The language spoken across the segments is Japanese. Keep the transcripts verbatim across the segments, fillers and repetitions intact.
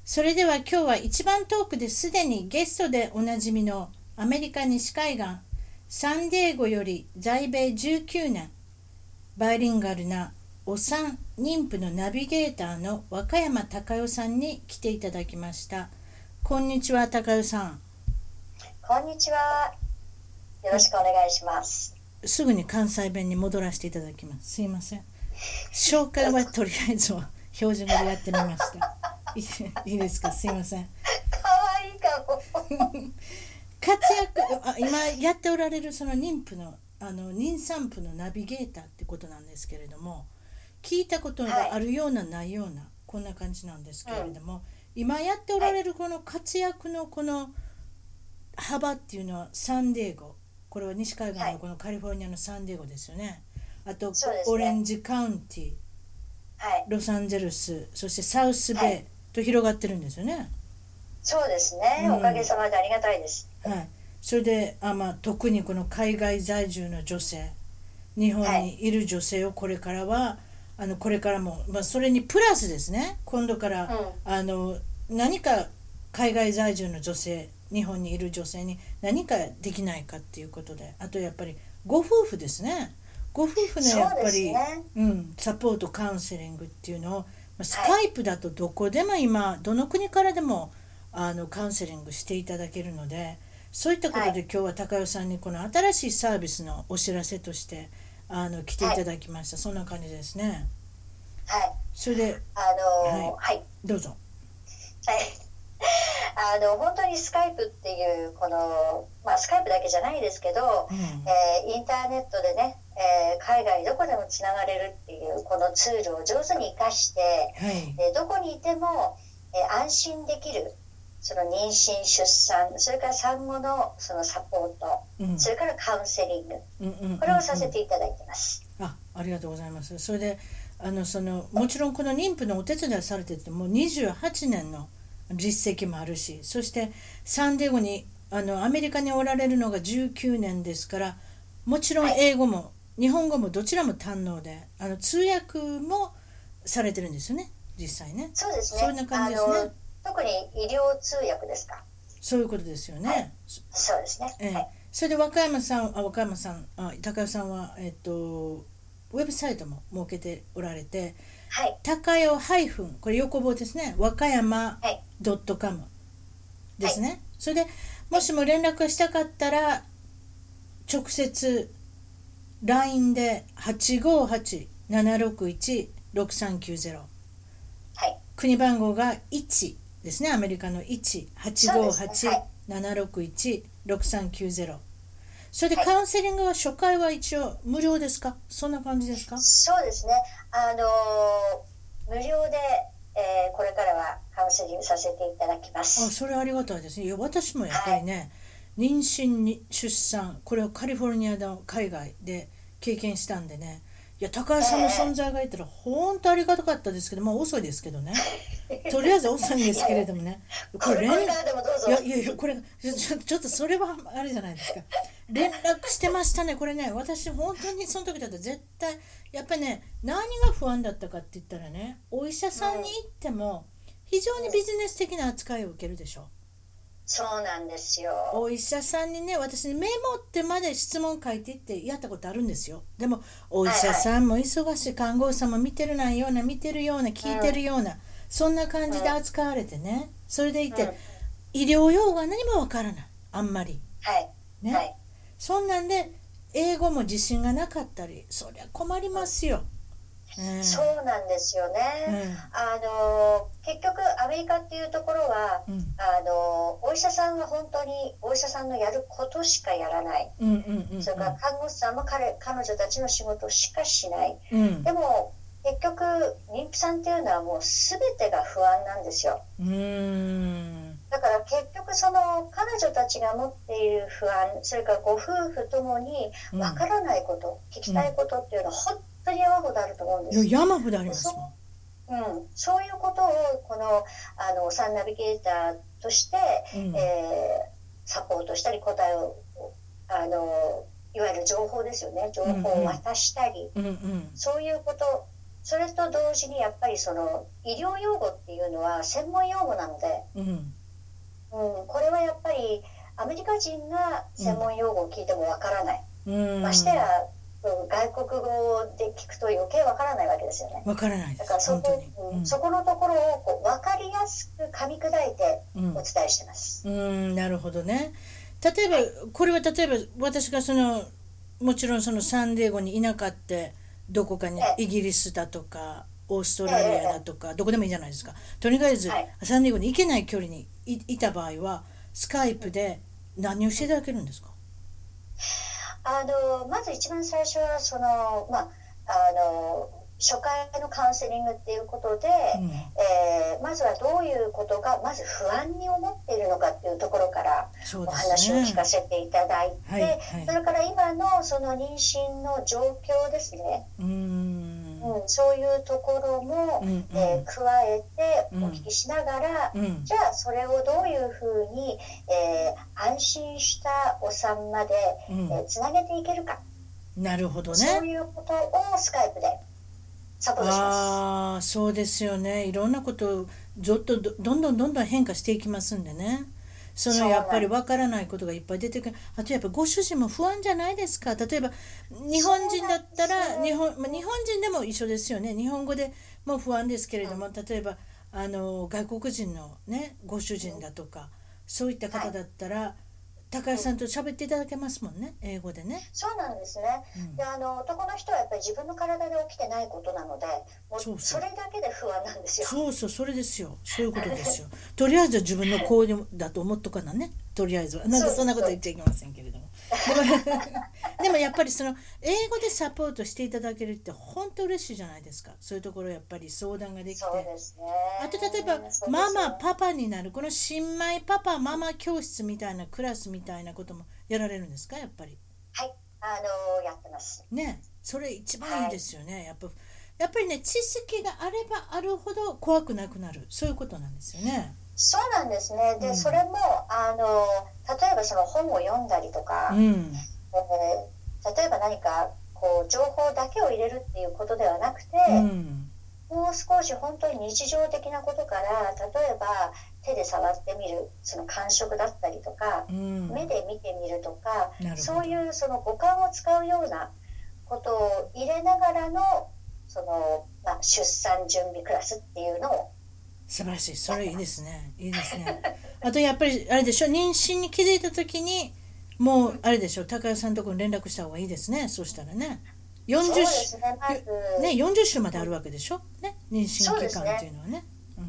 それでは今日は一番トークですでにゲストでおなじみのアメリカ西海岸サンディエゴより在米じゅうきゅうねん、バイリンガルなお産妊婦のナビゲーターの若山孝代さんに来ていただきました。こんにちは、孝代さん。 こんにちは。よろしくお願いします。 すぐに関西弁に戻らせていただきます。すいません。紹介はとりあえずは標準語でやってみました。いいいですか。すいません。 かわいいかも。 活躍あ今やっておられるその妊婦のあの妊産婦のナビゲーターってことなんですけれども、聞いたことがあるような、はい、ないようなこんな感じなんですけれども、うん、今やっておられるこの活躍のこの幅っていうのはサンディエゴ、これは西海岸のこのカリフォルニアのサンディエゴですよね。あと、ね、オレンジカウンティ、はい、ロサンゼルス、そしてサウスベイと広がってるんですよね。 そうですね、うん、おかげさまでありがたいです。 はい、それであ、まあ、特にこの海外在住の女性、日本にいる女性をこれからは、はい、あのこれからも、まあ、それにプラスですね、今度から、うん、あの何か海外在住の女性、日本にいる女性に何かできないかっていうことで、あとやっぱりご夫婦ですね、ご夫婦のやっぱり、ね、うん、サポートカウンセリングっていうのを、スカイプだとどこでも今どの国からでもあのカウンセリングしていただけるので、そういったことで今日は孝代さんにこの新しいサービスのお知らせとしてあの来ていただきました、はい、そんな感じですね。 はい。 それであのー、はい、はい、 どうぞ。 はい。あの本当にスカイプっていうこの、まあ、スカイプだけじゃないですけど、うん、えー、インターネットでね、えー、海外どこでもつながれるっていうこのツールを上手に生かして、はい、えー、どこにいても、えー、安心できる、その妊娠出産、それから産後のそのサポート、うん、それからカウンセリング、うんうんうんうん、これをさせていただいてます。 あ、ありがとうございます。それであのそのもちろんこの妊婦のお手伝いされててもうにじゅうはちねんの実績もあるし、そしてサンディエゴにあのアメリカにおられるのがじゅうきゅうねんですから、もちろん英語も、はい、日本語もどちらも堪能で、あの通訳もされてるんですよね、実際ね。 そうですね。 そんな感じですね。 特に医療通訳ですか。 そういうことですよね。はい、 そうですね。 えーはい、 それで和歌山さん、あ和歌山さん、あ孝代さんはえっとウェブサイトも設けておられて、 はい、 孝代ハイフン、これ横棒ですね、和歌山 .com ですね。はい、それでもしも連絡がしたかったら直接 ライン で はちごはち ななろくいち ろくさんきゅうゼロ、はい、国番号がいちですね、アメリカのいち はちごはち ななろくいち ろくさんきゅうゼロ。それでカウンセリングは初回は一応無料ですか？そんな感じですか？ そうですね、あのー、無料で、えー、これからはカウンセリングさせていただきます。 あ、それありがたいですね。いや私もやっぱりね、はい、妊娠に出産、これをカリフォルニアの海外で経験したんでね、いや高橋さんの存在がいたら本当ありがたかったですけど、もう遅いですけどねとりあえず遅いんですけれどもね、 これ連絡でもどうぞ。 いやいやいや、これちょ、ちょっとそれはあれじゃないですか。連絡してましたね。これね、私本当にその時だと絶対やっぱりね、何が不安だったかって言ったらね、お医者さんに行っても非常にビジネス的な扱いを受けるでしょ。 そうなんですよ。 お医者さんにね、私にメモってまで質問書いていってやったことあるんですよ。でもお医者さんも忙しい、看護師さんも見てるないような見てるような聞いてるような、うん、そんな感じで扱われてね、それでいて、うん、医療用語は何もわからない、あんまり、 はいね、はい、そんなんで英語も自信がなかったり、そりゃ困りますよ。 うん、そうなんですよね、うん、あの結局アメリカっていうところは、うん、あのお医者さんは本当にお医者さんのやることしかやらない、うんうんうんうん、それから看護師さんも 彼, 彼女たちの仕事しかしない、うん、でも結局妊婦さんっていうのはもう全てが不安なんですよ。うーん、だから結局その彼女たちが持っている不安、それからご夫婦ともにわからないこと、うん、聞きたいことっていうのは本当に山ほどあると思うんです。 いや山ほどありますもん。 うん、そういうことをこのあの産ナビゲーターとして、うん、えー、サポートしたり答えをあのいわゆる情報ですよね、情報を渡したり、うんうんうんうん、そういうことそれと同時にやっぱりその医療用語っていうのは専門用語なので、うん、うん、これはやっぱりアメリカ人が専門用語を聞いてもわからない、うん、ましてや外国語で聞くと余計わからないわけですよね。 わからないです。 だからそこ、うん、そこのところをこう分かりやすく噛み砕いてお伝えしてます。 うん、うん、なるほどね。例えば、はい、これは例えば私がそのもちろんそのサンディエゴにいなかったどこかにイギリスだとかオーストラリアだとかどこでもいいじゃないですか。とにかくサンディエゴに行けない距離に い, いた場合はスカイプで何をしていただけるんですか？ あのまず一番最初はその、まあ、あの初回のカウンセリングっていうことで、うん、えー、まずはどういうことがまず不安に思っているのかっていうところからお話を聞かせていただいて、はいはい、それから今のその妊娠の状況ですね、うん、うん、そういうところも、うんうん、えー、加えてお聞きしながら、うん、じゃあそれをどういうふうに、えー、安心したお産まで、うん、えー、つなげていけるか、 なるほどね、 そういうことをスカイプでサポートします。 ああ、そうですよね。いろんなことをずっとどんどんどんどん変化していきますんでね。そのやっぱり分からないことがいっぱい出てくる。あとやっぱご主人も不安じゃないですか。例えば日本人だったら日本、まあ、日本人でも一緒ですよね。日本語でも不安ですけれども、例えばあの外国人のねご主人だとかそういった方だったら、はい、高橋さんと喋っていただけますもんね、英語でね。 そうなんですね、うん、であの男の人はやっぱり自分の体で起きてないことなので、もうそれだけで不安なんですよ。 そうそう、それですよ、そういうことですよとりあえず自分の行為だと思っとかなね、とりあえずは。なんでそんなこと言っちゃいけませんけれどもでもでもやっぱりその英語でサポートしていただけるって本当嬉しいじゃないですか。そういうところやっぱり相談ができて、 そうですね、 あと例えばママパパになるこの新米パパママ教室みたいなクラスみたいなこともやられるんですか？やっぱり。 はい、あのー、やってますね。それ一番いいですよね、はい、やっぱやっぱりね、知識があればあるほど怖くなくなる、そういうことなんですよね。 そうなんですね。で、うん、それもあの例えばその本を読んだりとか、うん、えー、例えば何かこう情報だけを入れるっていうことではなくて、うん、もう少し本当に日常的なことから、例えば手で触ってみるその感触だったりとか、うん、目で見てみるとか、そういうその五感を使うようなことを入れながらのその、まあ、出産準備クラスっていうのを素晴らしい。それいいですね。いいですね。あとやっぱりあれでしょ、妊娠に気づいた時にもうあれでしょ、高橋さんのところに連絡した方がいいですね。そうしたらね、よんじゅう週、ね、まずね、よんじゅう週まであるわけでしょ、ね、妊娠期間っていうのはね。うん、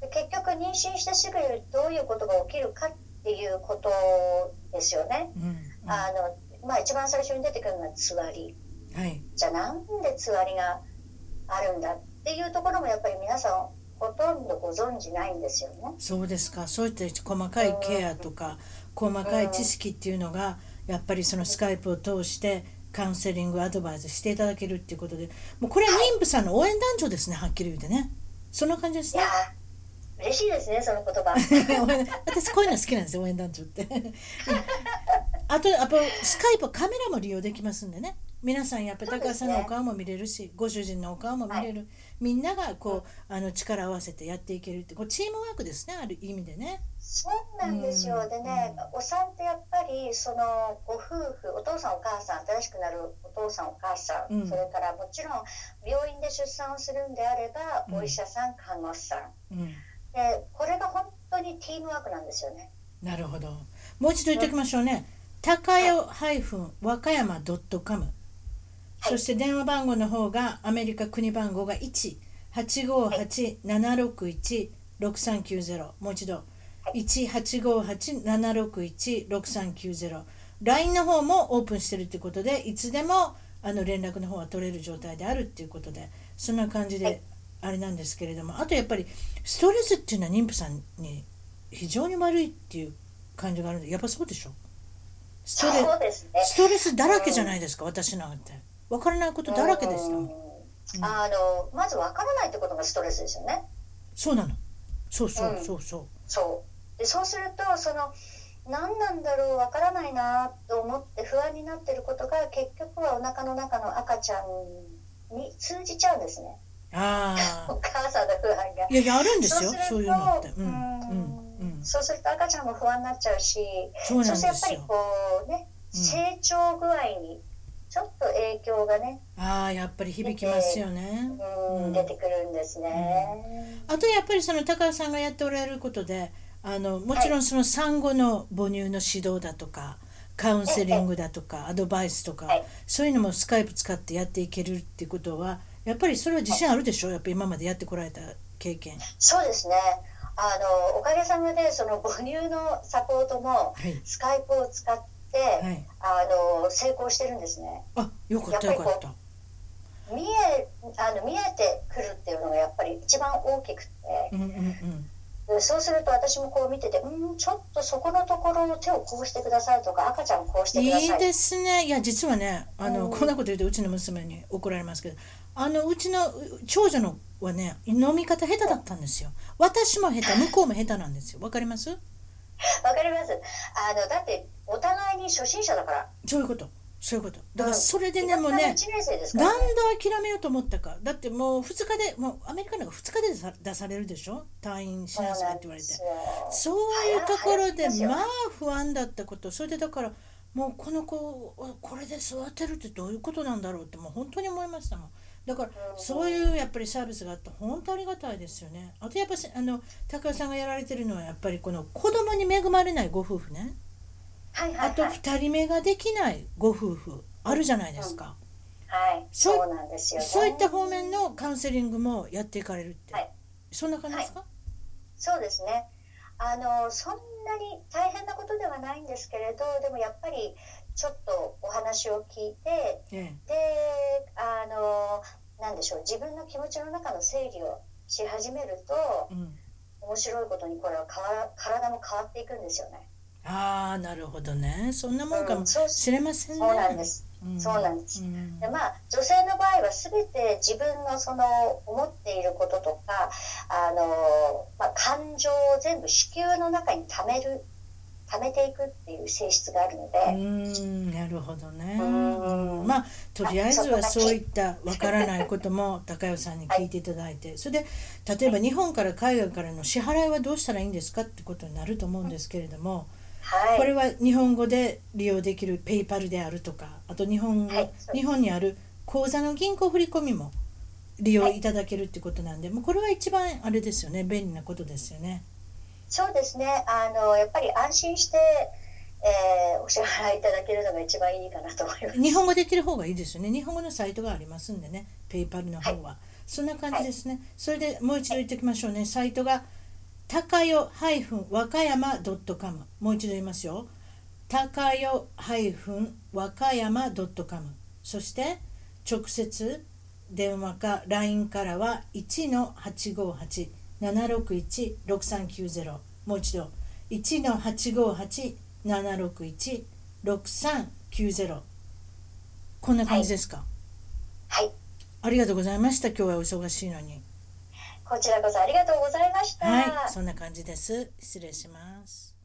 で結局妊娠してすぐどういうことが起きるかっていうことですよね。うんうん、あのまあ、一番最初に出てくるのはつわり、はい、じゃあなんでつわりがあるんだっていうところもやっぱり皆さんほとんどご存じないんですよね。 そうですか。そういった細かいケアとか、うん、細かい知識っていうのがやっぱりそのスカイプを通してカウンセリングアドバイスしていただけるっていうことで、もうこれは妊婦さんの応援団長ですね、はっきり言ってね。そんな感じですね。 いや嬉しいですね、その言葉私こういうの好きなんですよ、応援団長ってあとやっぱスカイプカメラも利用できますんでね、皆さんやっぱり高橋さんのお顔も見れるし、ね、ご主人のお顔も見れる、はい、みんながこうあの力を合わせてやっていけるって、こうチームワークですね、ある意味でね。 そうなんですよ、うん、でね、うん、お産ってやっぱりそのご夫婦、お父さんお母さん、新しくなるお父さんお母さん、うん、それからもちろん病院で出産をするんであれば、うん、お医者さん看護師さん、うん、でこれが本当にティームワークなんですよね。 なるほど。もう一度言っておきましょうね、高代和歌山 .com、はい、そして電話番号の方がアメリカ国番号が いちはちごはちななろくいちろくさんきゅうゼロ、もう一度 いちはちごはちななろくいちろくさんきゅうゼロ、 ライン の方もオープンしてるってことで、いつでもあの連絡の方は取れる状態であるっていうことで、そんな感じであれなんですけれども、あとやっぱりストレスっていうのは妊婦さんに非常に悪いっていう感じがあるんで、やっぱそうでしょ。ストレ、 そうですね、 ストレスだらけじゃないですか、うん、私なんて分からないことだらけでしたもん、うんうん、あのまず分からないってことがストレスですよね。 そうなの、そうそうそうそう、うん、 そうで、そうするとその何なんだろう、分からないなと思って不安になってることが結局はお腹の中の赤ちゃんに通じちゃうんですね。 あお母さんの不安が。 いやいやあるんですよ、 そうするとそういうのって。うんううんうん。 そうすると赤ちゃんも不安になっちゃうし、 そうなんですよ。 そしてやっぱりこうね、成長具合にちょっと影響がね、 ああやっぱり響きますよね。 うん、出てくるんですね。 あとやっぱりその高橋さんがやっておられることで、あのもちろんその産後の母乳の指導だとかカウンセリングだとかアドバイスとか、そういうのもスカイプ使ってやっていけるっていうことはやっぱりそれは自信あるでしょ、やっぱり今までやってこられた経験。 そうですね。あのおかげさまでその母乳のサポートもスカイプを使って、はい、あの成功してるんですね。 あ、よかったよかった。 見えあの見えてくるっていうのがやっぱり一番大きくて、 うんうんうん、そうすると私もこう見てて、うん、ちょっとそこのところの手をこうしてくださいとか、赤ちゃんこうしてください。 いいですね。いや実はね、あの、うん、こんなこと言うとうちの娘に怒られますけど、あのうちの長女のはね飲み方下手だったんですよ。私も下手、向こうも下手なんですよ。わかります？ わかります。あのだってお互いに初心者だから。 そういうこと。そういうことだからそれでね、うん、もうね何度諦めようと思ったか。だってもうふつかでもうアメリカなんかふつかで出されるでしょ、退院しなさいって言われて。そういうところでまあ不安だったこと、それでだからもうこの子をこれで育てるってどういうことなんだろうってもう本当に思いましたもん。だからそういうやっぱりサービスがあって本当ありがたいですよね。あとやっぱあの高橋さんがやられてるのはやっぱりこの子供に恵まれないご夫婦ね、 はいはいはい、 あとふたりめができないご夫婦あるじゃないですか、 うん、はい、そうなんですよね。 そういった方面のカウンセリングもやっていかれるって、はい、そんな感じですか？はい、 そうですね。あのそんなに大変なことではないんですけれど、でもやっぱりちょっとお話を聞いて、ええ、であのなんでしょう、自分の気持ちの中の整理をし始めると、うん、面白いことにこれは変わ体も変わっていくんですよね。 ああなるほどね。そんなもんかもしれませんね。 そうなんです、うん、そうなんです、うん、でまあ女性の場合は全て自分のその思っていることとかあの、まあ、感情を全部子宮の中に溜める溜めていくっていう性質があるので。 うーんなるほどね。うんまあとりあえずはそういったわからないことも高代さんに聞いていただいて、はい、それで例えば日本から海外からの支払いはどうしたらいいんですかってことになると思うんですけれども、はい、これは日本語で利用できるペイパルであるとか、あと日本語、はい、日本にある口座の銀行振込も利用いただけるってことなんで、はい、もうこれは一番あれですよね、便利なことですよね。 そうですね。あのやっぱり安心して、えー、お支払いいただけるのが一番いいかなと思います。 日本語できる方がいいですよね。日本語のサイトがありますんでね、ペイパルの方は、はい、そんな感じですね、はい、それでもう一度言っておきましょうね。サイトが高代和歌山 .com、 もう一度言いますよ。高代和歌山 .com、 そして直接電話か ライン からは いちのはちごはち ななろくいち ろくさんきゅうゼロ、 もう一度 いちのはちごはち ななろくいち ろくさんきゅうゼロ、 こんな感じですか？ はい、はい、 ありがとうございました。今日はお忙しいのに。 こちらこそありがとうございました。 はい、そんな感じです。失礼します。